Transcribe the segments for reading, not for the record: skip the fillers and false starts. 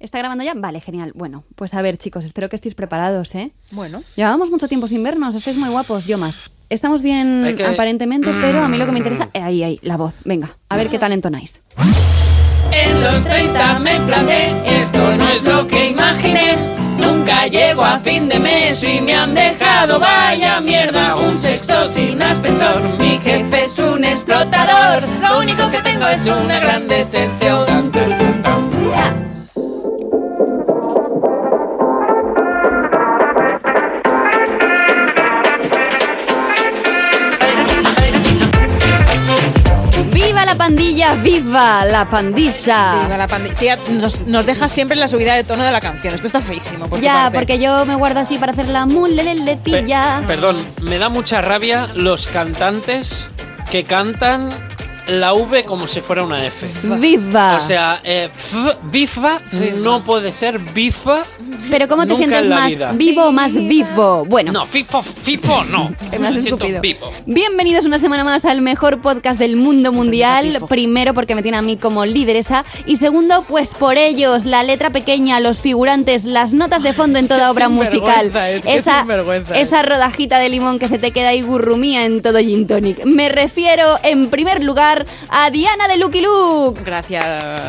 ¿Está grabando ya? Vale, genial. Bueno, pues a ver, chicos, espero que estéis preparados, ¿eh? Bueno. Llevábamos mucho tiempo sin vernos, estáis muy guapos, yo más. Estamos bien aparentemente, pero a mí lo que me interesa... Ahí, la voz. Venga, a ver qué tal entonáis. En los 30 me planté, esto no es lo que imaginé. Nunca llego a fin de mes y me han dejado vaya mierda. Un sexto sin ascensor, mi jefe es un explotador. Lo único que tengo es una gran decepción. ¡Viva la pandilla! ¡Viva la pandilla! Viva la pandilla. Tía, nos dejas siempre en la subida de tono de la canción. Esto está feísimo por tu parte. Porque yo me guardo así para hacer la muleletilla. Perdón, me da mucha rabia los cantantes que cantan la V como si fuera una F. ¡Viva! O sea, bifa no puede ser bifa. Pero ¿cómo te nunca sientes en la más vida. vivo o más vivo? Bueno. No, fifo no. Es más Me siento estúpido. vivo. Bienvenidos una semana más al mejor podcast del mundo mundial. Primero porque me tiene a mí como lideresa y segundo pues por ellos, la letra pequeña, los figurantes, las notas de fondo en toda obra musical. Esa rodajita de limón que se te queda ahí gurrumía en todo gin tonic. Me refiero en primer lugar a Diana de Lucky Luke. Gracias.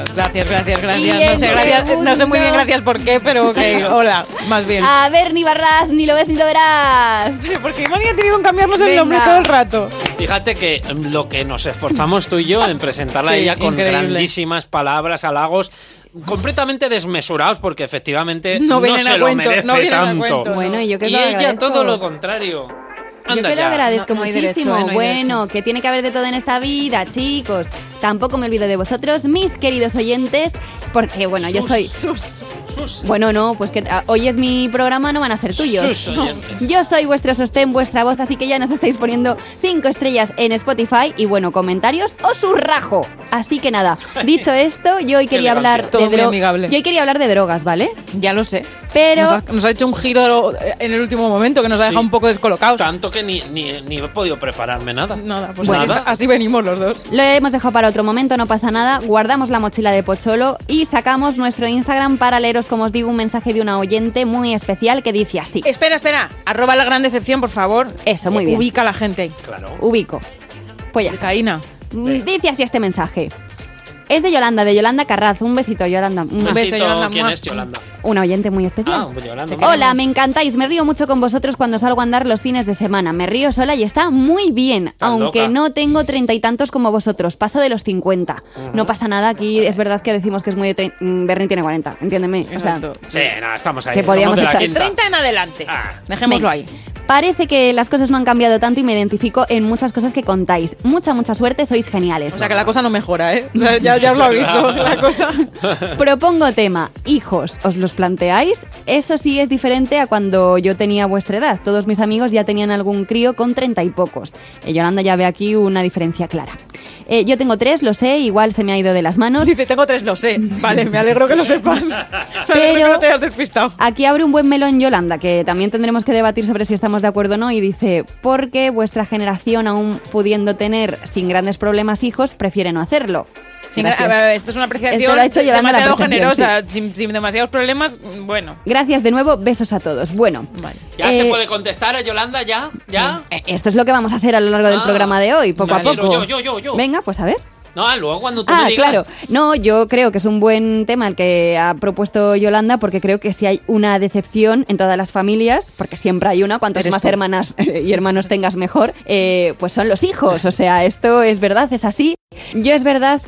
Y No sé muy bien gracias por qué, pero ok, hola, más bien. A ver, ni barras, ni lo ves ni lo verás. Porque Mani ha tenido que cambiarnos el nombre todo el rato. Fíjate que lo que nos esforzamos tú y yo en presentarla a ella con grandísimas palabras, halagos, completamente desmesurados porque efectivamente no se lo merece tanto. Bueno, y yo que y lo ella agradezco. todo lo contrario. Yo Anda que lo ya. agradezco No hay muchísimo. derecho, no hay Bueno, derecho. que tiene que haber de todo en esta vida, chicos. Tampoco me olvido de vosotros, mis queridos oyentes, porque bueno, yo soy... Sus. Bueno, no, pues que hoy es mi programa, no van a ser tuyos. Sus oyentes. Yo soy vuestro sostén, vuestra voz, así que ya nos estáis poniendo 5 estrellas en Spotify y bueno, comentarios o su rajo. Así que nada, dicho esto, yo hoy quería hablar Todo muy de amigable. Yo hoy quería hablar de drogas, ¿vale? Ya lo sé. Pero Nos ha hecho un giro en el último momento que nos ha dejado un poco descolocados. Tanto que ni he podido prepararme nada. Nada, pues Bueno. así venimos los dos. lo hemos dejado para otro momento, no pasa nada. Guardamos la mochila de Pocholo y sacamos nuestro Instagram para leeros, como os digo, un mensaje de una oyente muy especial que dice así. Espera. @ la gran decepción, por favor. Eso, muy bien. Ubica a la gente. Claro. Ubico. Pues ya está. Caína. Dice así este mensaje. Es de Yolanda Carraz. Un besito, Yolanda. Un Besito, beso, Yolanda. ¿Quién es Yolanda? Una oyente muy especial. Pues Yolanda. Hola, me encantáis. Me río mucho con vosotros cuando salgo a andar los fines de semana. Me río sola y está muy bien. Estás Aunque loca. no tengo 30 y tantos como vosotros. Paso de los 50. No pasa nada. Aquí es verdad que decimos que es muy de... Berni tiene 40. Entiéndeme. O sea, Exacto. Sí, no, estamos ahí. Que podíamos somos de la echar quinta. 30 en adelante. Ah. Dejémoslo Venga. ahí. parece que las cosas no han cambiado tanto y me identifico en muchas cosas que contáis. Mucha suerte, sois geniales. O sea que la cosa no mejora, ¿eh? O sea, ya os lo aviso, la cosa. Propongo tema, hijos, ¿os los planteáis? Eso sí es diferente a cuando yo tenía vuestra edad. Todos mis amigos ya tenían algún crío con 30 y pocos. Yolanda ya ve aquí una diferencia clara. Yo tengo 3, lo sé, igual se me ha ido de las manos. Dice, tengo 3, lo sé. Vale, me alegro que lo sepas. Me alegro que no te hayas despistado. Aquí abre un buen melón Yolanda, que también tendremos que debatir sobre si estamos de acuerdo o no, y dice, porque vuestra generación, aún pudiendo tener sin grandes problemas hijos, prefiere no hacerlo. Sí, Gracias. a ver, esto es una apreciación Esto lo ha hecho Yolanda, demasiado la apreciación, generosa, sin demasiados problemas, bueno. Gracias de nuevo, besos a todos. Bueno, Vale. ¿Ya se puede contestar a Yolanda? ¿Ya? Esto es lo que vamos a hacer a lo largo del programa de hoy, poco vale, a poco. yo. Venga, pues a ver. No, luego cuando tú me digas. Claro. No, yo creo que es un buen tema el que ha propuesto Yolanda, porque creo que si hay una decepción en todas las familias, porque siempre hay una, cuantas Eres más tú. hermanas y hermanos tengas mejor, pues son los hijos. O sea, esto es verdad, es así. Yo es verdad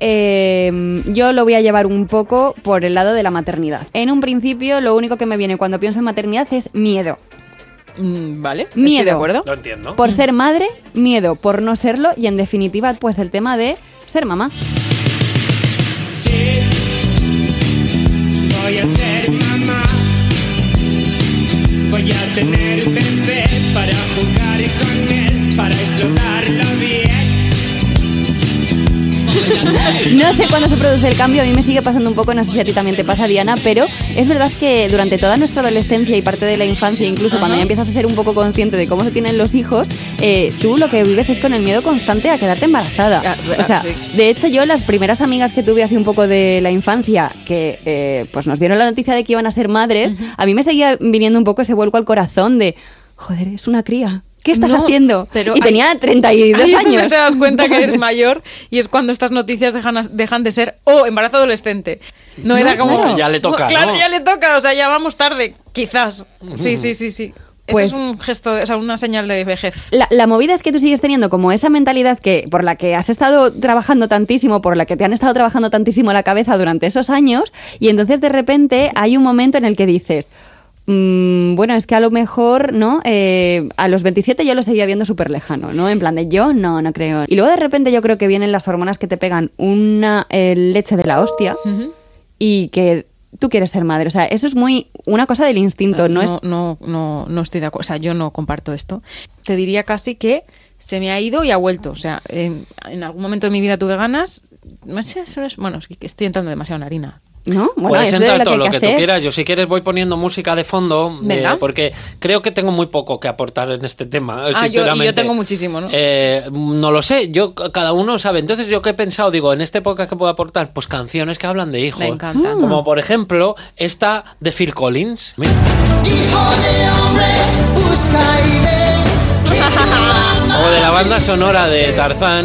que yo lo voy a llevar un poco por el lado de la maternidad. En un principio, lo único que me viene cuando pienso en maternidad es miedo. Vale, Miedo. estoy de acuerdo. Lo entiendo. Por ser madre, miedo por no serlo y, en definitiva, pues el tema de ser mamá. Sí, voy a ser mamá. Voy a tener un bebé para jugar con él, para explotarlo bien. No sé cuándo se produce el cambio, a mí me sigue pasando un poco, no sé si a ti también te pasa, Diana, pero es verdad que durante toda nuestra adolescencia y parte de la infancia, incluso cuando ya empiezas a ser un poco consciente de cómo se tienen los hijos, tú lo que vives es con el miedo constante a quedarte embarazada. O sea, de hecho yo las primeras amigas que tuve así un poco de la infancia que pues nos dieron la noticia de que iban a ser madres, a mí me seguía viniendo un poco ese vuelco al corazón de, joder, es una cría. ¿Qué estás haciendo? Pero y tenía 32 años. Ahí te das cuenta que eres mayor y es cuando estas noticias dejan de ser embarazo adolescente. No era como... Claro. Ya le toca, Claro, ¿no? ya le toca, o sea, ya vamos tarde, quizás. Sí. Pues, eso es un gesto, o sea, una señal de vejez. La movida es que tú sigues teniendo como esa mentalidad por la que has estado trabajando tantísimo, por la que te han estado trabajando tantísimo la cabeza durante esos años, y entonces de repente hay un momento en el que dices... bueno, es que a lo mejor, ¿no? A los 27 yo lo seguía viendo súper lejano, ¿no? En plan de yo no creo. Y luego de repente yo creo que vienen las hormonas que te pegan una leche de la hostia y que tú quieres ser madre. O sea, eso es muy una cosa del instinto. No estoy de acuerdo. O sea, yo no comparto esto. Te diría casi que se me ha ido y ha vuelto. O sea, en algún momento de mi vida tuve ganas. No sé, bueno, es que estoy entrando demasiado en harina. ¿No? Bueno, puedes entrar todo lo que tú hacer. quieras. Yo si quieres voy poniendo música de fondo porque creo que tengo muy poco que aportar en este tema. Yo tengo muchísimo, ¿no? No lo sé, cada uno sabe. Entonces yo que he pensado, digo, en este podcast que puedo aportar, pues canciones que hablan de hijos. Me encantan. Como por ejemplo esta de Phil Collins. Mira. Hijo de hombre, busca y ve. O de la banda sonora de Tarzán.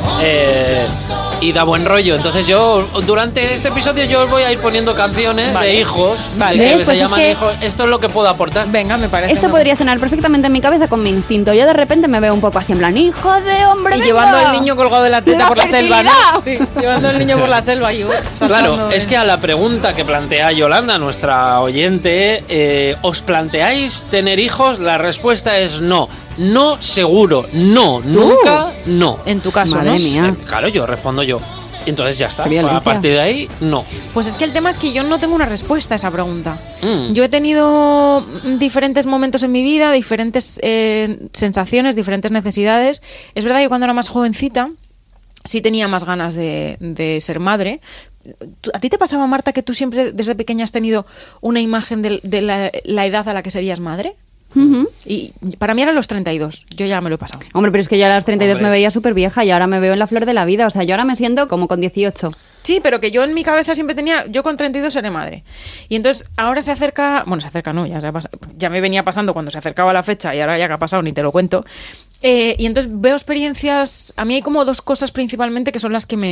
Y da buen rollo. Entonces yo durante este episodio yo os voy a ir poniendo canciones de hijos, que se llaman hijos. Esto es lo que puedo aportar. Venga, me parece. Esto podría sonar perfectamente en mi cabeza con mi instinto. Yo de repente me veo un poco así en plan, hijo de hombre. Y venga, llevando al niño colgado de la teta por la selva, ¿no? Sí, fertilidad. llevando al niño por la selva y Claro, es que a la pregunta que plantea Yolanda, nuestra oyente, ¿os planteáis tener hijos? La respuesta es no. No, seguro. No, nunca, no. En tu caso, Madre ¿no? mía. Claro, yo respondo yo. Y entonces ya está. Qué violencia. A partir de ahí, no. Pues es que el tema es que yo no tengo una respuesta a esa pregunta. Yo he tenido diferentes momentos en mi vida, diferentes sensaciones, diferentes necesidades. Es verdad que cuando era más jovencita sí tenía más ganas de ser madre. ¿A ti te pasaba, Marta, que tú siempre desde pequeña has tenido una imagen de la edad a la que serías madre? Y para mí eran los 32, yo ya me lo he pasado. Hombre, pero es que yo a los 32 me veía súper vieja y ahora me veo en la flor de la vida. O sea, yo ahora me siento como con 18. Sí, pero que yo en mi cabeza siempre tenía, yo con 32 seré madre. Y entonces ahora se acerca no, ya me venía pasando cuando se acercaba la fecha y ahora ya que ha pasado ni te lo cuento. Y entonces veo experiencias, a mí hay como dos cosas principalmente que son las que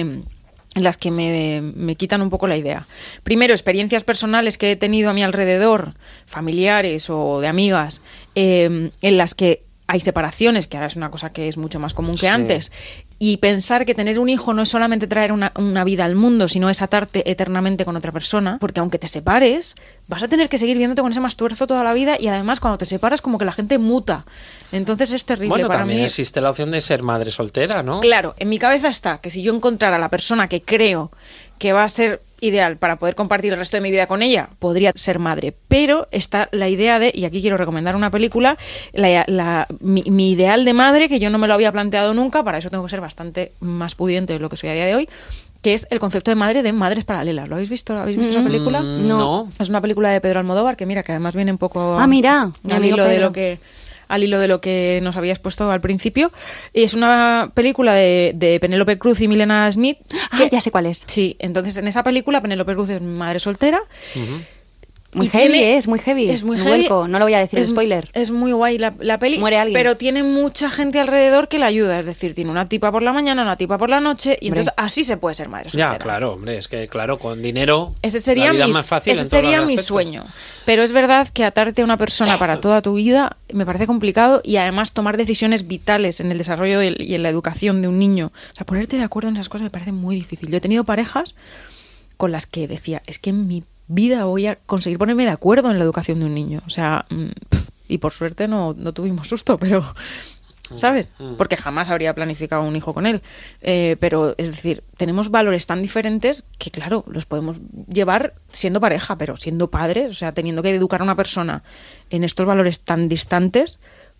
me quitan un poco la idea. Primero, experiencias personales que he tenido a mi alrededor, familiares o de amigas, en las que hay separaciones, que ahora es una cosa que es mucho más común que antes, y pensar que tener un hijo no es solamente traer una vida al mundo, sino es atarte eternamente con otra persona, porque aunque te separes, vas a tener que seguir viéndote con ese mastuerzo toda la vida y además cuando te separas como que la gente muta. Entonces es terrible. Bueno, para también mí existe la opción de ser madre soltera, ¿no? Claro, en mi cabeza está que si yo encontrara a la persona que creo que va a ser ideal para poder compartir el resto de mi vida con ella, podría ser madre. Pero está la idea de, y aquí quiero recomendar una película, mi ideal de madre, que yo no me lo había planteado nunca, para eso tengo que ser bastante más pudiente de lo que soy a día de hoy, que es el concepto de madre de madres paralelas. ¿Lo habéis visto? ¿Habéis visto esa película? No. Es una película de Pedro Almodóvar que mira, que además viene un poco mira, al hilo de lo que nos habías puesto al principio. Y es una película de Penélope Cruz y Milena Smith. Ya sé cuál es. Sí, entonces en esa película Penélope Cruz es madre soltera. Muy heavy, es muy heavy. Es muy Me heavy. vuelco, no lo voy a decir, spoiler. Es muy guay la peli. Muere alguien. Pero tiene mucha gente alrededor que la ayuda. Es decir, tiene una tipa por la mañana, una tipa por la noche. Y entonces así se puede ser madre soltera. Ya, claro, hombre, es que claro, con dinero ese sería la vida es más fácil. Ese sería mi sueño. Pero es verdad que atarte a una persona para toda tu vida me parece complicado y además tomar decisiones vitales en el desarrollo y en la educación de un niño. O sea, ponerte de acuerdo en esas cosas me parece muy difícil. Yo he tenido parejas con las que decía, es que en mi vida voy a conseguir ponerme de acuerdo en la educación de un niño. O sea, y por suerte no tuvimos susto, pero ¿sabes? Porque jamás habría planificado un hijo con él. Pero, es decir, tenemos valores tan diferentes que, claro, los podemos llevar siendo pareja, pero siendo padres, o sea, teniendo que educar a una persona en estos valores tan distantes,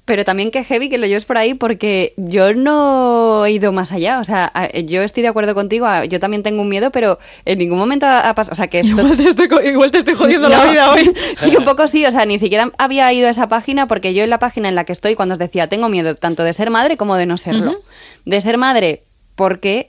Pero también que heavy que lo lleves por ahí porque yo no he ido más allá. O sea, yo estoy de acuerdo contigo, yo también tengo un miedo, pero en ningún momento ha pasado. O sea, que esto... igual te estoy jodiendo No, la vida hoy. Sí, un poco sí. O sea, ni siquiera había ido a esa página porque yo en la página en la que estoy, cuando os decía, tengo miedo tanto de ser madre como de no serlo. De ser madre... porque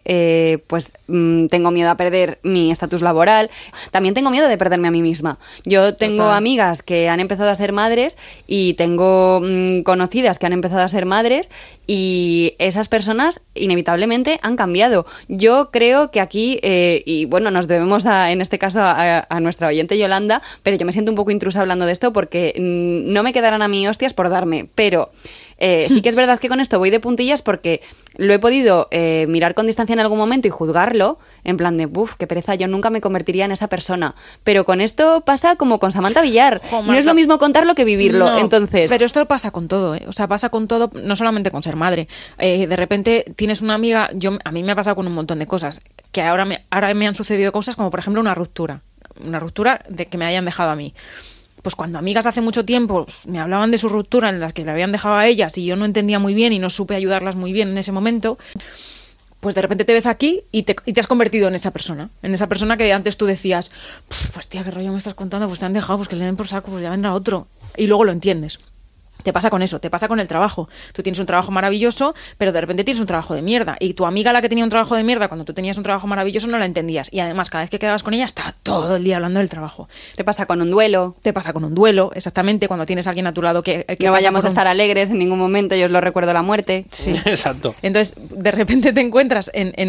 tengo miedo a perder mi estatus laboral. También tengo miedo de perderme a mí misma. Yo tengo amigas que han empezado a ser madres y tengo conocidas que han empezado a ser madres y esas personas inevitablemente han cambiado. Yo creo que aquí, y bueno, nos debemos en este caso a nuestra oyente Yolanda, pero yo me siento un poco intrusa hablando de esto porque no me quedarán a mí hostias por darme, pero... sí que es verdad que con esto voy de puntillas porque lo he podido mirar con distancia en algún momento y juzgarlo, en plan de, buf, qué pereza, yo nunca me convertiría en esa persona. Pero con esto pasa como con Samantha Villar. No es lo mismo contarlo que vivirlo, No, entonces... Pero esto pasa con todo, O sea, pasa con todo, no solamente con ser madre. De repente tienes una amiga, a mí me ha pasado con un montón de cosas, que ahora me han sucedido cosas como, por ejemplo, una ruptura de que me hayan dejado a mí. Pues cuando amigas hace mucho tiempo me hablaban de su ruptura en las que le habían dejado a ellas y yo no entendía muy bien y no supe ayudarlas muy bien en ese momento, pues de repente te ves aquí y te has convertido en esa persona que antes tú decías, pues tía, qué rollo me estás contando, pues te han dejado, pues que le den por saco, pues ya vendrá otro. Y luego lo entiendes. Te pasa con eso, te pasa con el trabajo. Tú tienes un trabajo maravilloso, pero de repente tienes un trabajo de mierda. Y tu amiga, la que tenía un trabajo de mierda, cuando tú tenías un trabajo maravilloso, no la entendías. Y además, cada vez que quedabas con ella, estaba todo el día hablando del trabajo. Te pasa con un duelo. Te pasa con un duelo, exactamente, cuando tienes a alguien a tu lado que no vayamos a estar alegres en ningún momento, yo os lo recuerdo la muerte. Sí, exacto. Entonces, de repente te encuentras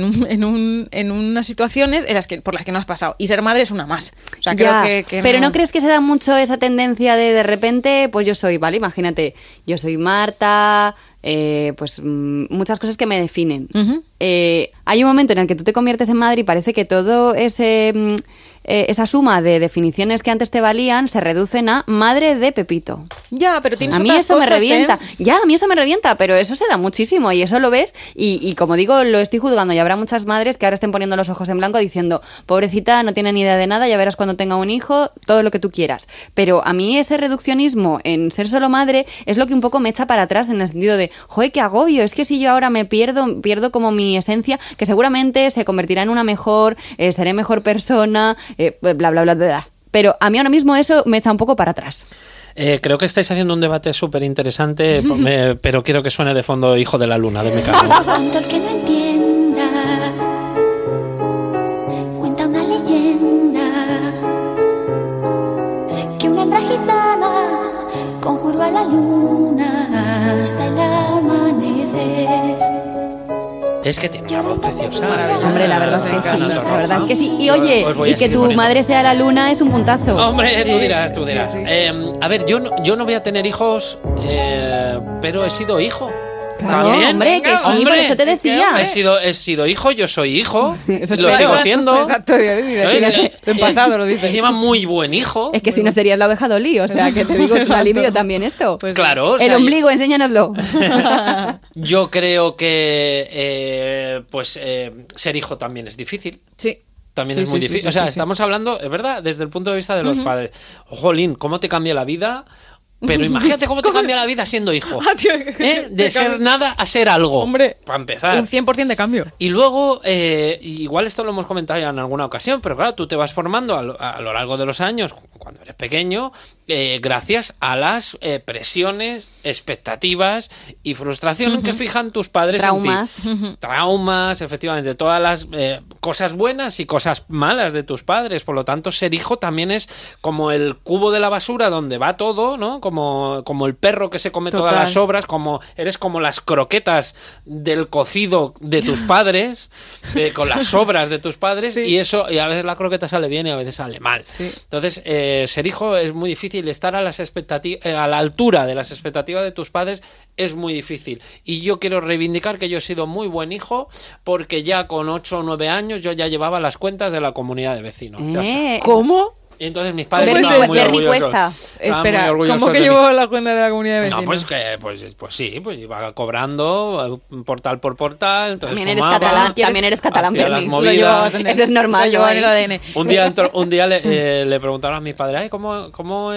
en unas situaciones por las que no has pasado. Y ser madre es una más. O sea, creo que pero ¿no crees que se da mucho esa tendencia de repente, pues yo soy, ¿vale? Imagínate, yo soy Marta, muchas cosas que me definen. Hay un momento en el que tú te conviertes en madre y parece que todo esa suma de definiciones que antes te valían se reducen a madre de Pepito. Ya, pero tienes a mí otras eso cosas, me revienta. Ya, a mí eso me revienta, pero eso se da muchísimo y eso lo ves y como digo, lo estoy juzgando y habrá muchas madres que ahora estén poniendo los ojos en blanco diciendo, pobrecita, no tiene ni idea de nada, ya verás cuando tenga un hijo, todo lo que tú quieras. Pero a mí ese reduccionismo en ser solo madre es lo que un poco me echa para atrás en el sentido de, joder, qué agobio, es que si yo ahora me pierdo como mi esencia, que seguramente se convertirá en una mejor, seré mejor persona, bla, bla, bla, bla, bla. Pero a mí ahora mismo eso me echa un poco para atrás. Creo que estáis haciendo un debate súper interesante, pero quiero que suene de fondo Hijo de la Luna, de Mecano. Tonto el que no entienda, cuenta una leyenda, que una hembra gitana conjuró a la luna hasta el amanecer. Es que tiene una voz preciosa. Hombre, la verdad es que sí, la verdad es que sí. Y oye, Os voy a y que seguir tu con esto. madre sea la luna es un puntazo. Hombre, Sí, tú dirás. sí. A ver, yo no voy a tener hijos, pero he sido hijo. Claro, También. hombre, que sí, por eso te decía. He sido hijo, yo soy hijo, Sí, eso es lo peor. sigo siendo. Exacto, en pasado lo dices. Encima muy buen hijo. Es que si no serías la oveja Dolly, o sea, que te digo, es un alivio también esto. Pues Claro, o el sea, ombligo, enséñanoslo. yo creo que ser hijo también es difícil. Sí. También Sí, es muy sí, difícil. sí, O sea, sí, sí. estamos hablando, es verdad, desde el punto de vista de los padres. Jolín, ¿cómo te cambia la vida? Pero imagínate cómo te cambia la vida siendo hijo. Ah, tío, De ser nada a ser algo. Hombre, para empezar. un 100% de cambio. Y luego, igual esto lo hemos comentado ya en alguna ocasión, pero claro, tú te vas formando a lo largo de los años, cuando eres pequeño, gracias a las presiones, expectativas y frustración que fijan tus padres Traumas. en ti. Traumas, efectivamente, todas las cosas buenas y cosas malas de tus padres. Por lo tanto, ser hijo también es como el cubo de la basura donde va todo, ¿no? Como el perro que se come todas Total. las sobras, eres como las croquetas del cocido de tus padres, con las sobras de tus padres, Sí. y a veces la croqueta sale bien y a veces sale mal. Sí. Entonces, ser hijo es muy difícil, estar a la altura de las expectativas de tus padres es muy difícil. Y yo quiero reivindicar que yo he sido muy buen hijo porque ya con 8 o 9 años yo ya llevaba las cuentas de la comunidad de vecinos. Ya está. ¿Cómo? Y entonces mis padres Berry estaban muy Berry orgullosos. cuesta. Estaban muy Espera, orgullosos ¿cómo que de mí. llevó la cuenta de la comunidad de vecinos? No, pues sí, pues iba cobrando portal por portal. Entonces También eres sumaba, catalán, hacía Fermín. las Lo movidas. llevabas en Eso es normal, Lo llevaba en el ¿no? ADN. Un día le preguntaron a mis padres, ay, ¿cómo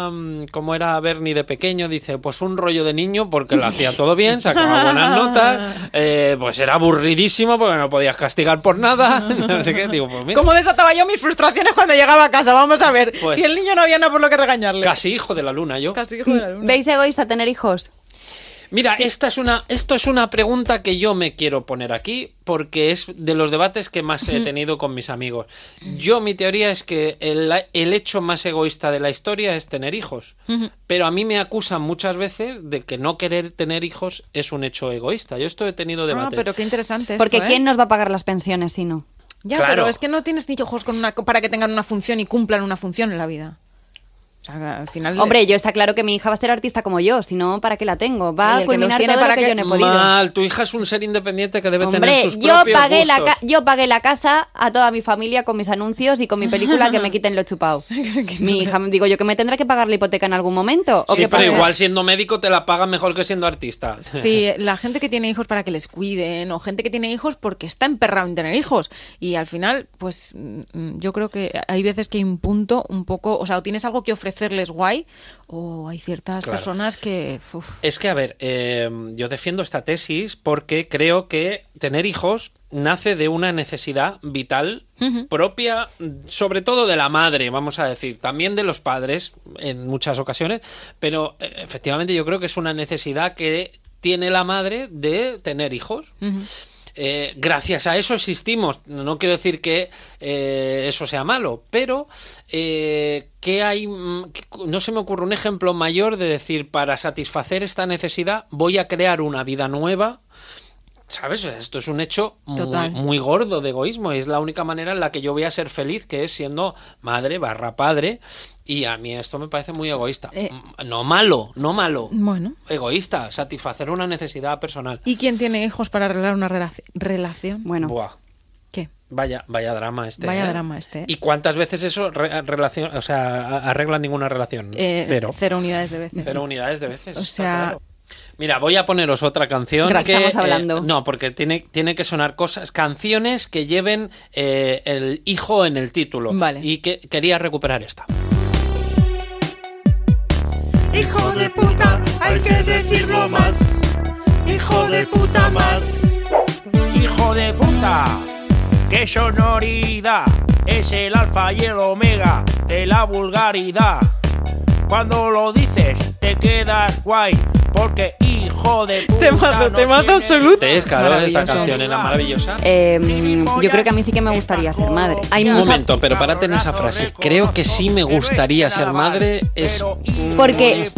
era Bernie de pequeño? Dice, pues un rollo de niño porque lo hacía todo bien, sacaba buenas notas, pues era aburridísimo porque no podías castigar por nada. No sé qué, digo, pues mira. ¿Cómo desataba yo mis frustraciones cuando llegaba a casa? Vamos a ver. Pues- si el niño no había nada por lo que regañarle. Casi hijo de la luna yo. Casi hijo de la luna. ¿Veis egoísta tener hijos? Mira, esto es una pregunta que yo me quiero poner aquí porque es de los debates que más he tenido con mis amigos. Mi teoría es que el hecho más egoísta de la historia es tener hijos. Pero a mí me acusan muchas veces de que no querer tener hijos es un hecho egoísta. Yo esto he tenido debates. pero qué interesante Porque esto, ¿quién nos va a pagar las pensiones si no? Ya, Claro. pero es que no tienes ni hijos para que tengan una función y cumplan una función en la vida. O sea, al final... Hombre, yo está claro que mi hija va a ser artista como yo, si no, ¿para qué la tengo? Va Y a el que los culminar tiene todo lo para que que- yo no he podido. Mal, tu hija es un ser independiente que debe tener Hombre, sus yo propios pagué, gustos. yo pagué la casa a toda mi familia con mis anuncios y con mi película que me quiten lo chupado. Mi hija, digo yo que me tendrá que pagar la hipoteca en algún momento. ¿o Sí, qué pero pasa? igual siendo médico te la pagan mejor que siendo artista. Sí, la gente que tiene hijos para que les cuiden o gente que tiene hijos porque está emperrado en tener hijos y al final, pues yo creo que hay veces que hay un punto un poco, o sea, o tienes algo que ofrecerles guay o hay ciertas Claro. personas que... uf. Es que, a ver, yo defiendo esta tesis porque creo que tener hijos nace de una necesidad vital propia, sobre todo de la madre, vamos a decir, también de los padres en muchas ocasiones, pero efectivamente yo creo que es una necesidad que tiene la madre de tener hijos. Gracias a eso existimos. No quiero decir que eso sea malo, pero que hay, no se me ocurre un ejemplo mayor de decir, para satisfacer esta necesidad voy a crear una vida nueva. ¿Sabes? O sea, esto es un hecho Total. muy gordo de egoísmo. Es la única manera en la que yo voy a ser feliz, que es siendo madre / padre. Y a mí esto me parece muy egoísta. No malo. Bueno. Egoísta, satisfacer una necesidad personal. ¿Y quién tiene hijos para arreglar una relación? Bueno, Buah. ¿Qué? Vaya drama este. Vaya ¿eh? drama este, ¿eh? ¿Y cuántas veces eso arregla ninguna relación? Cero. 0 unidades de veces. 0 unidades de veces. O está sea- claro. Mira, voy a poneros otra canción Gracias, que estamos hablando. no, porque tiene que sonar canciones que lleven el hijo en el título. Vale. Y que quería recuperar esta. Hijo de puta, hay que decirlo más. Hijo de puta más. Hijo de puta, qué sonoridad. Es el alfa y el omega de la vulgaridad. Cuando lo dices te quedas guay, porque hijo de puta Temazo, no temazo tiene- absoluto. Claro, esta Maravilloso. canción era maravillosa. yo creo que a mí sí que me gustaría ser madre. Hay Un mucha... momento, pero párate en esa frase. Creo que sí me gustaría ser madre. Es Porque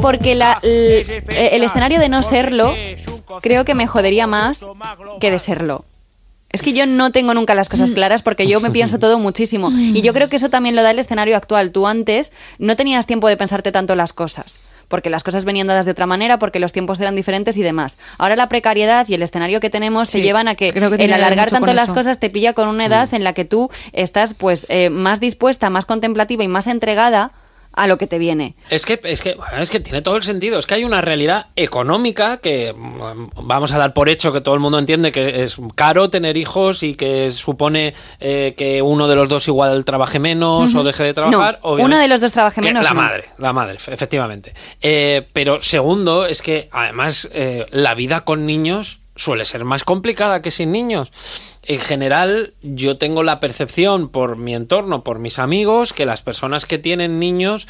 el escenario de no serlo creo que me jodería más que de serlo. Es que yo no tengo nunca las cosas claras porque yo me pienso todo muchísimo. Y yo creo que eso también lo da el escenario actual. Tú antes no tenías tiempo de pensarte tanto las cosas, porque las cosas venían dadas de otra manera, porque los tiempos eran diferentes y demás. Ahora la precariedad y el escenario que tenemos Sí, te llevan a que creo que el tiene que ver alargar mucho tanto con las eso. cosas te pilla con una edad en la que tú estás pues más dispuesta, más contemplativa y más entregada a lo que te viene. Es que tiene todo el sentido. Es que hay una realidad económica que vamos a dar por hecho que todo el mundo entiende que es caro tener hijos y que supone que uno de los dos igual trabaje menos o deje de trabajar. No, uno de los dos trabaje menos, La no. madre, efectivamente. Pero segundo, es que además la vida con niños suele ser más complicada que sin niños. En general, yo tengo la percepción por mi entorno, por mis amigos, que las personas que tienen niños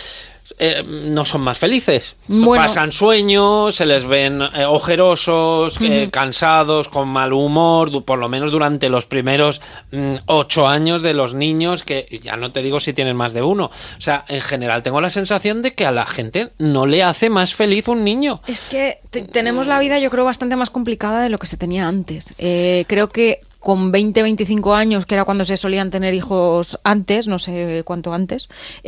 no son más felices. Bueno. Pasan sueños, se les ven ojerosos, cansados, con mal humor, por lo menos durante los primeros 8 años de los niños, que ya no te digo si tienen más de uno. O sea, en general tengo la sensación de que a la gente no le hace más feliz un niño. Es que tenemos la vida, yo creo, bastante más complicada de lo que se tenía antes. Creo que con 20, 25 años, que era cuando se solían tener hijos antes, no sé cuánto antes,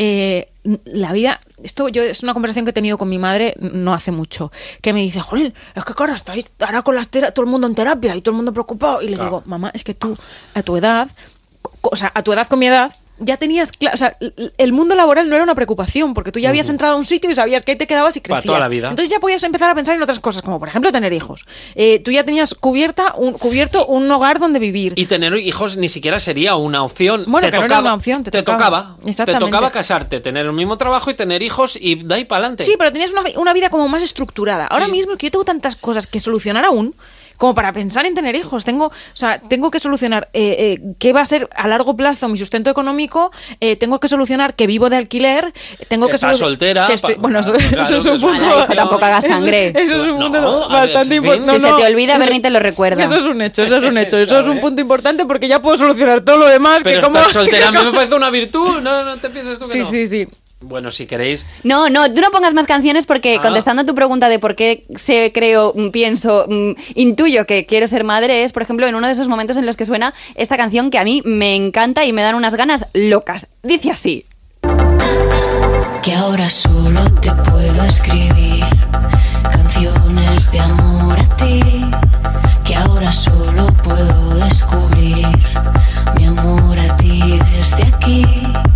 la vida... Esto es una conversación que he tenido con mi madre no hace mucho, que me dice, joder, es que claro, estáis ahora con todo el mundo en terapia y todo el mundo preocupado. Y le digo, mamá, es que tú, a tu edad, o sea, a tu edad con mi edad, ya tenías, o sea, el mundo laboral no era una preocupación, porque tú ya habías entrado a un sitio y sabías que ahí te quedabas y Para crecías. toda la vida. Entonces ya podías empezar a pensar en otras cosas, como por ejemplo tener hijos. Tú ya tenías cubierto un hogar donde vivir. Y tener hijos ni siquiera sería una opción. Bueno, que no era una opción, te tocaba. Te Exactamente. tocaba casarte, tener el mismo trabajo y tener hijos y de ahí para adelante. Sí, pero tenías una vida como más estructurada. Ahora Sí. mismo que yo tengo tantas cosas que solucionar aún, como para pensar en tener hijos. Tengo que solucionar qué va a ser a largo plazo mi sustento económico, tengo que solucionar que vivo de alquiler, tengo que Estás soltera. bueno, eso Claro, es un que punto... Ala, que tampoco hagas sangre. Eso es un punto No, a ver, bastante en fin. importante. Si se te olvida, Berni te lo recuerda. Eso es un hecho, eso es un punto importante porque ya puedo solucionar todo lo demás. Pero que como... estar soltera a mí me parece una virtud. No te pienses tú que no. Sí. Bueno, si queréis... No, tú no pongas más canciones porque contestando a tu pregunta de por qué pienso, intuyo que quiero ser madre es, por ejemplo, en uno de esos momentos en los que suena esta canción que a mí me encanta y me dan unas ganas locas. Dice así. Que ahora solo te puedo escribir canciones de amor a ti. Que ahora solo puedo descubrir mi amor a ti desde aquí.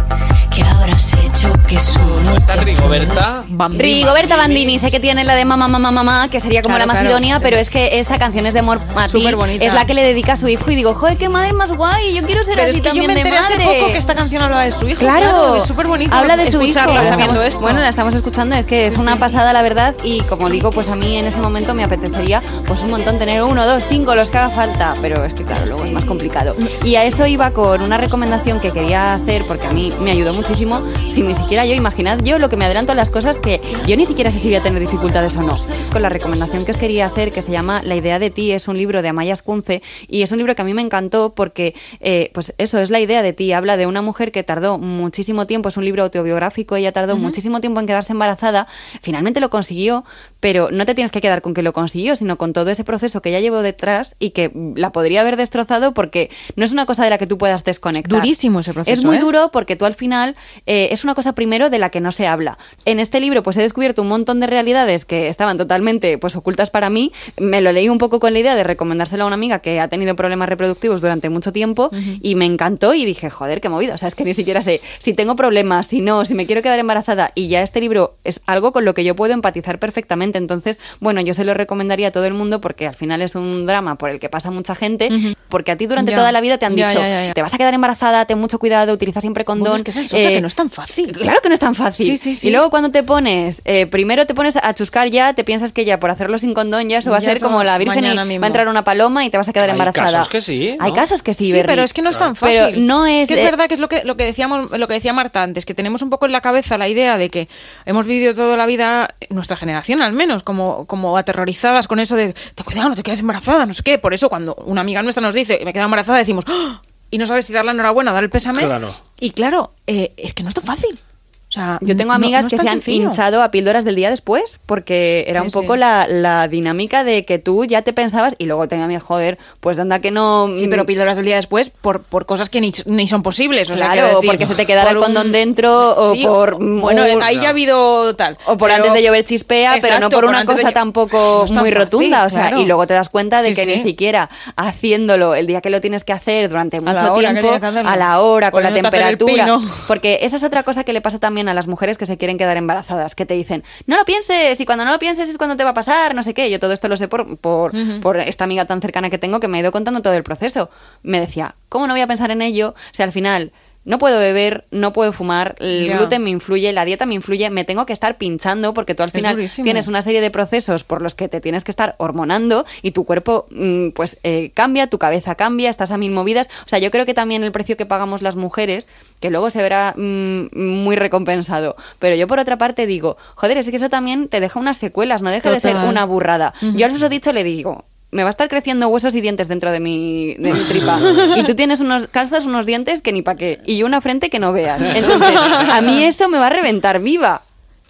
Que ahora has hecho que solo Está te Rigoberta. Rigoberta Bandini, sé que tiene la de mamá, que sería como Claro, la más claro. idónea, pero es que esta canción es de amor a ti, Superbonita. es la que le dedica a su hijo y digo, joder, qué madre más guay, yo quiero ser Pero así es que yo también me de enteré hace madre. poco que esta canción hablaba de su hijo. Claro, es súper bonito habla de su hijo. escucharla sabiendo esto. Bueno, la estamos escuchando, es que es una pasada la verdad y como digo, pues a mí en ese momento me apetecería pues un montón tener 1, 2, 5, los que haga falta, pero es que claro, luego es más complicado. Y a eso iba con una recomendación que quería hacer porque a mí me ayudó muchísimo, sin ni siquiera yo, imaginad yo lo que me adelanto a las cosas que yo ni siquiera sé si voy a tener dificultades o no. Con la recomendación que os quería hacer, que se llama La idea de ti, es un libro de Amaya Ascunce y es un libro que a mí me encantó porque pues eso es la idea de ti, habla de una mujer que tardó muchísimo tiempo, es un libro autobiográfico, ella tardó muchísimo tiempo en quedarse embarazada, finalmente lo consiguió, pero no te tienes que quedar con que lo consiguió, sino con todo ese proceso que ella llevó detrás y que la podría haber destrozado porque no es una cosa de la que tú puedas desconectar. Durísimo ese proceso, Es muy ¿eh? duro porque tú al final es una cosa primero de la que no se habla. En este libro pues he descubierto un montón de realidades que estaban totalmente pues ocultas para mí. Me lo leí un poco con la idea de recomendárselo a una amiga que ha tenido problemas reproductivos durante mucho tiempo y me encantó y dije, joder, qué movida. O sea, es que ni siquiera sé si tengo problemas, si no, si me quiero quedar embarazada y ya este libro es algo con lo que yo puedo empatizar perfectamente. Entonces, bueno, yo se lo recomendaría a todo el mundo porque al final es un drama por el que pasa mucha gente, porque a ti durante Ya. toda la vida te han Ya, dicho, ya. te vas a quedar embarazada, ten mucho cuidado, utiliza siempre condón. Bueno, es que esa es otra que no es tan fácil. Claro que no es tan fácil. Sí. Y luego cuando te pones, primero te pones a chuscar ya, te piensas que ya por hacerlo sin condón ya eso va a Ya ser eso como la Virgen y mañana va mismo. a entrar una paloma y te vas a quedar Hay embarazada. casos que sí, ¿no? Hay casos que sí, Sí, Berni. pero es que no es tan fácil. Pero no es... que es verdad que es lo que decíamos, lo que decía Marta antes, que tenemos un poco en la cabeza la idea de que hemos vivido toda la vida, nuestra generación al menos, como aterrorizadas con eso de ten cuidado, no te quedes embarazada, no sé qué. Por eso cuando una amiga nuestra nos dice me quedo embarazada, decimos ¡ah! Y no sabes si dar la enhorabuena o dar el pésame. Claro. Y claro, es que no es tan fácil. O sea, Yo tengo no- amigas no es que tan se han sencillo. hinchado a píldoras del día después porque era Sí, un poco sí. la dinámica de que tú ya te pensabas y luego tenía mi joder, pues anda que no... Sí, pero píldoras del día después por cosas que ni son posibles. O sea, Claro, quiero decir, porque se te quedara por el condón dentro o Sí, por... Bueno, ahí ya ha habido tal. O por Pero- antes de llover chispea, pero no Exacto, por una antes de cosa lle- tampoco No es tan muy fácil, rotunda. O sea, claro. y luego te das cuenta de Sí, que sí. ni siquiera haciéndolo el día que lo tienes que hacer durante la mucho hora que tiempo, tienes que hacerlo. a la hora, con la Poniéndote a hacer el temperatura. pino. Porque esa es otra cosa que le pasa también a las mujeres que se quieren quedar embarazadas, que te dicen, no lo pienses, y cuando no lo pienses es cuando te va a pasar, no sé qué. Yo todo esto lo sé por esta amiga tan cercana que tengo que me ha ido contando todo el proceso. Me decía, ¿cómo no voy a pensar en ello? O sea, al final... No puedo beber, no puedo fumar, el Ya. gluten me influye, la dieta me influye, me tengo que estar pinchando porque tú al Es final durísimo. tienes una serie de procesos por los que te tienes que estar hormonando y tu cuerpo pues cambia, tu cabeza cambia, estás a mil movidas. O sea, yo creo que también el precio que pagamos las mujeres, que luego se verá muy recompensado. Pero yo por otra parte digo, joder, es que eso también te deja unas secuelas, no deja de ser Total. una burrada. Yo a eso dicho le digo... Me va a estar creciendo huesos y dientes dentro de mi tripa. Y tú tienes calzas unos dientes que ni pa' qué. Y yo una frente que no veas. Entonces, a mí eso me va a reventar viva.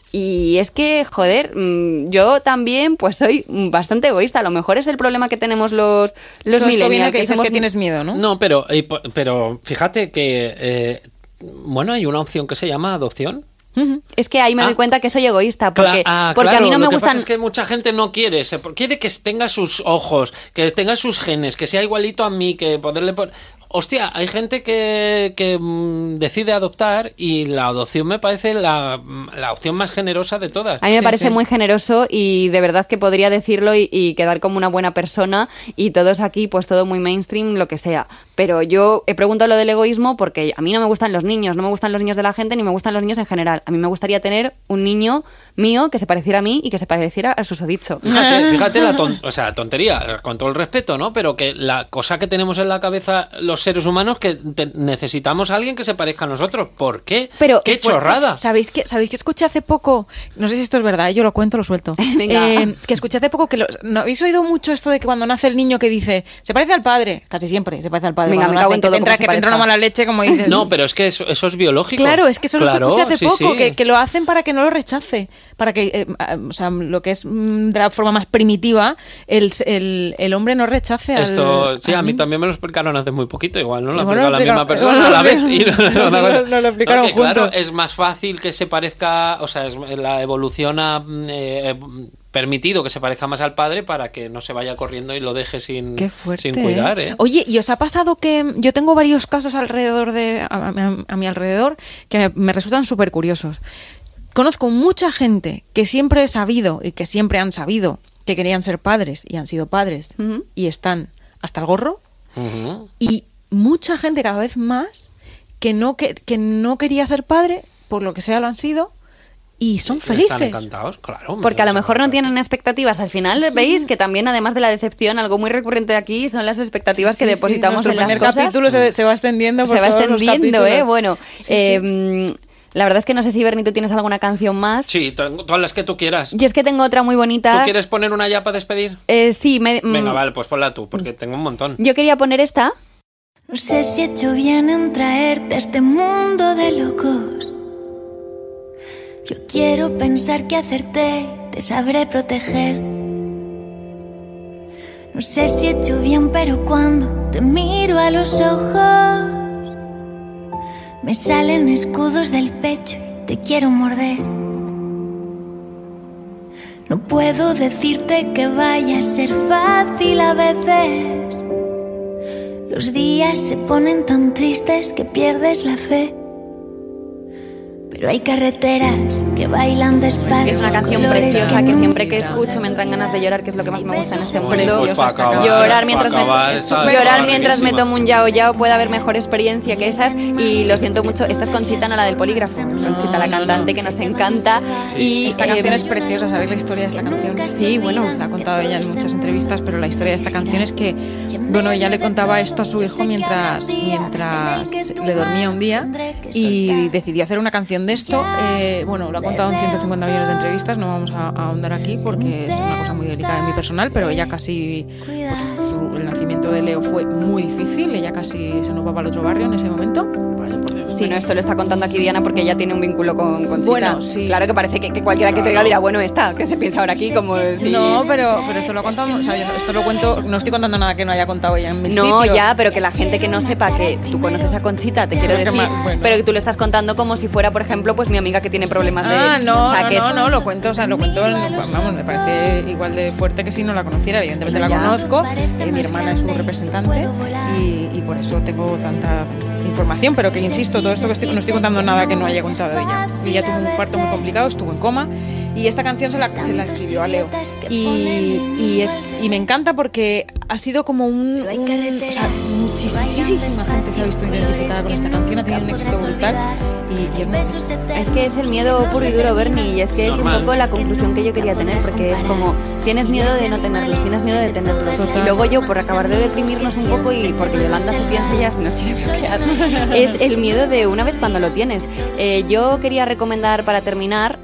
Y es que, joder, yo también pues soy bastante egoísta. A lo mejor es el problema que tenemos los Todo esto viene millennials. que dices somos- que tienes miedo, ¿no? No, pero fíjate que, bueno, hay una opción que se llama adopción. Es que ahí me doy cuenta que soy egoísta. Porque, porque a claro, mí no me lo que pasa gustan... es que mucha gente no quiere, quiere que tenga sus ojos, que tenga sus genes, que sea igualito a mí, que poderle poner... hostia, hay gente que decide adoptar y la adopción me parece la opción más generosa de todas. A mí me Sí, parece sí. muy generoso y de verdad que podría decirlo y quedar como una buena persona y todos aquí, pues todo muy mainstream, lo que sea. Pero yo he preguntado lo del egoísmo porque a mí no me gustan los niños, no me gustan los niños de la gente ni me gustan los niños en general. A mí me gustaría tener un niño mío que se pareciera a mí y que se pareciera al susodicho. Fíjate la tontería, con todo el respeto, ¿no? Pero que la cosa que tenemos en la cabeza los seres humanos que necesitamos a alguien que se parezca a nosotros. ¿Por qué? Pero- ¡Qué chorrada! ¿Sabéis que escuché hace poco? No sé si esto es verdad, yo lo cuento, lo suelto. Venga. Que escuché hace poco que ¿no habéis oído mucho esto de que cuando nace el niño que dice se parece al padre? Casi siempre se parece al padre. Venga, Cuando me cago nace, en todo, que te como se entra una parezca. mala leche, como dices. No, pero es que eso es biológico. Claro, es que eso Claro, lo escuché hace sí, poco, sí. que lo hacen para que no lo rechace, para que, o sea, lo que es de la forma más primitiva, el hombre no rechace al... Esto, sí, a mí niño. también me lo explicaron hace muy poquito, igual, ¿no? Lo Igual explica lo la misma explicaron- persona a la vez. igual Y lo explicaron que, claro, juntos. es más fácil que se parezca, o sea, la evolución ha permitido que se parezca más al padre para que no se vaya corriendo y lo deje sin, Qué fuerte, sin cuidar, ¿eh? Oye, ¿y os ha pasado que yo tengo varios casos alrededor a mi alrededor que me resultan súper curiosos? Conozco mucha gente que siempre he sabido y que siempre han sabido que querían ser padres y han sido padres Ujú. y están hasta el gorro, Ujú. y mucha gente cada vez más que no quería ser padre, por lo que sea lo han sido, y son Están felices. encantados, claro. Porque a lo hombre, mejor no tienen expectativas. Al final, veis que también, además de la decepción, algo muy recurrente aquí son las expectativas que Sí, sí, depositamos nuestro en las primer cosas. capítulo se va extendiendo por Se va todos los extendiendo, capítulos. Bueno, Sí, sí. la verdad es que no sé si, Berni, tú tienes alguna canción más. Sí, todas las que tú quieras. Y es que tengo otra muy ¿Tú bonita. quieres poner una ya para despedir? Sí, Venga, vale, pues ponla tú, porque tengo un montón. yo quería poner esta. No sé si he hecho bien en traerte a este mundo de locos. Yo quiero pensar que acerté, te sabré proteger. No sé si he hecho bien, pero cuando te miro a los ojos me salen escudos del pecho y te quiero morder. No puedo decirte que vaya a ser fácil a veces. Los días se ponen tan tristes que pierdes la fe. Pero hay carreteras que bailan despacio. Es una canción colores preciosa que no siempre que escucho me entran ganas de llorar, que es lo que más me gusta en este mundo. Pues para acabar, Llorar mientras, para acabar, me, está llorar mientras me larguísima. tomo un yao yao. Puede haber mejor experiencia que esas. Y lo siento mucho, esta es Conchita, no la del polígrafo. Conchita, la cantante que nos encanta. Y Esta canción es preciosa, ¿sabéis la historia de esta canción? Sí, bueno. La ha contado ella en muchas entrevistas, pero la historia de esta canción es que, bueno, ella le contaba esto a su hijo mientras le dormía un día y decidió hacer una canción de esto. Bueno, lo ha contado en 150 millones de entrevistas, no vamos a ahondar aquí porque es una cosa muy delicada en mi personal, pero ella casi, pues, el nacimiento de Leo fue muy difícil, ella casi se nos va para el otro barrio en ese momento. Sí. Bueno, esto lo está contando aquí Diana porque ella tiene un vínculo con Conchita. Bueno, sí. Claro que parece que cualquiera que te diga dirá, bueno, esta, que se piensa ahora aquí como si... No, pero esto lo ha contado, o sea, yo esto lo cuento, no estoy contando nada que no haya contado ella en mil No, sitios. ya, pero que la gente que no sepa que tú conoces a Conchita, te quiero Pero que decir, bueno. pero que tú le estás contando como si fuera, por ejemplo, pues mi amiga que tiene problemas de... Ah, no, o sea, que es- lo cuento, vamos, me parece igual de fuerte que si no la conociera, evidentemente la Ya. conozco, mi hermana es su representante y por eso tengo tanta información, pero que insisto, todo esto que no estoy contando nada que no haya contado ella. Ella tuvo un parto muy complicado, estuvo en coma y esta canción se la escribió a Leo y me encanta porque ha sido como o sea, muchísima gente se ha visto identificada con esta canción, ha tenido un éxito brutal y hermoso. Es que es el miedo puro y duro, Bernie, y es que es Normal. un poco la conclusión que yo quería tener, porque es como, tienes miedo de no tenerlos, tienes miedo de tenerlos. Y luego yo, por acabar de deprimirnos un poco, y porque Yolanda se piensa ya si nos quiere bloquear, es el miedo de una vez cuando lo tienes. Yo quería recomendar, para terminar,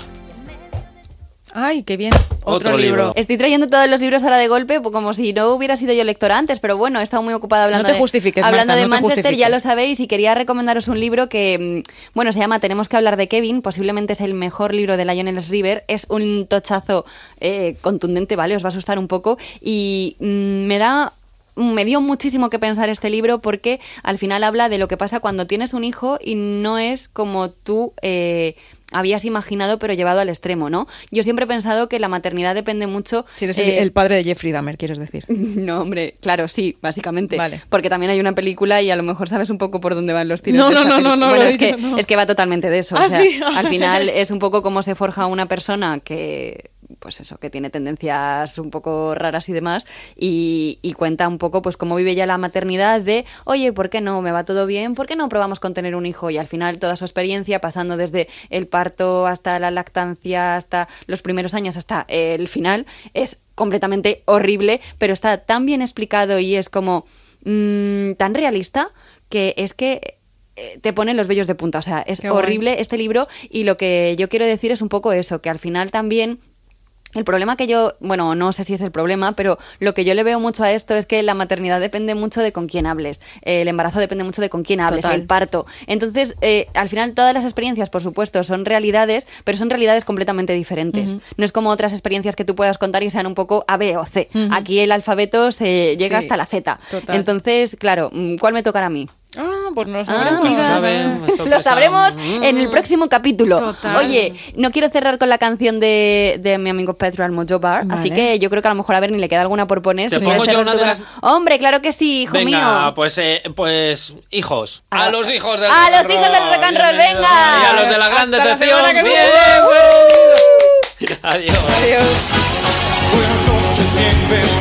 Ay, qué bien. Otro libro. estoy trayendo todos los libros ahora de golpe, pues como si no hubiera sido yo lectora antes, pero bueno, he estado muy ocupada hablando No te justifiques, hablando Marta, de no te Manchester, justifiques. ya lo sabéis, y quería recomendaros un libro que, bueno, se llama Tenemos que hablar de Kevin, posiblemente es el mejor libro de Lionel River, es un tochazo contundente, ¿vale? Os va a asustar un poco y me da me dio muchísimo que pensar este libro porque al final habla de lo que pasa cuando tienes un hijo y no es como tú habías imaginado pero llevado al extremo, ¿no? Yo siempre he pensado que la maternidad depende mucho... Si eres el padre de Jeffrey Dahmer, quieres decir. No, hombre, claro, sí, básicamente. Vale. Porque también hay una película y a lo mejor sabes un poco por dónde van los tiros. No, de esta no, película. no, Bueno, lo he es que, dicho, no. es que va totalmente de eso. Ah, o sea, sí. Al final es un poco cómo se forja una persona que... pues eso, que tiene tendencias un poco raras y demás, y cuenta un poco pues cómo vive ya la maternidad de, oye, ¿por qué no? ¿Me va todo bien? ¿Por qué no probamos con tener un hijo? Y al final toda su experiencia, pasando desde el parto hasta la lactancia, hasta los primeros años, hasta el final, es completamente horrible, pero está tan bien explicado y es como tan realista que es que te ponen los vellos de punta. O sea, es Qué guay. horrible este libro, y lo que yo quiero decir es un poco eso, que al final también... El problema que yo, bueno, no sé si es el problema, pero lo que yo le veo mucho a esto es que la maternidad depende mucho de con quién hables, el embarazo depende mucho de con quién hables, Total. el parto. Entonces, al final todas las experiencias, por supuesto, son realidades, pero son realidades completamente diferentes. No es como otras experiencias que tú puedas contar y sean un poco A, B o C. Aquí el alfabeto se llega Sí, hasta la Z. total. Entonces, claro, ¿cuál me tocará a mí? Ah, pues no lo Ah, sabremos. pues mira. se sabe, Lo sabremos en el próximo capítulo. Total. Oye, no quiero cerrar con la canción de mi amigo Pedro Almodovar, así Vale. que yo creo que a lo mejor a ver ni le queda alguna por poner. ¿Te si me pongo voy a yo cerrar una de tú las- Hombre, claro que sí, hijo Venga, mío. pues hijos. A los hijos del A rock los and hijos del rock and roll, Bienvenidos. venga. Y a los de la gran Hasta la decepción. semana que viene. Bienvenidos. Adiós. Adiós. Buenas noches, bienvenidos.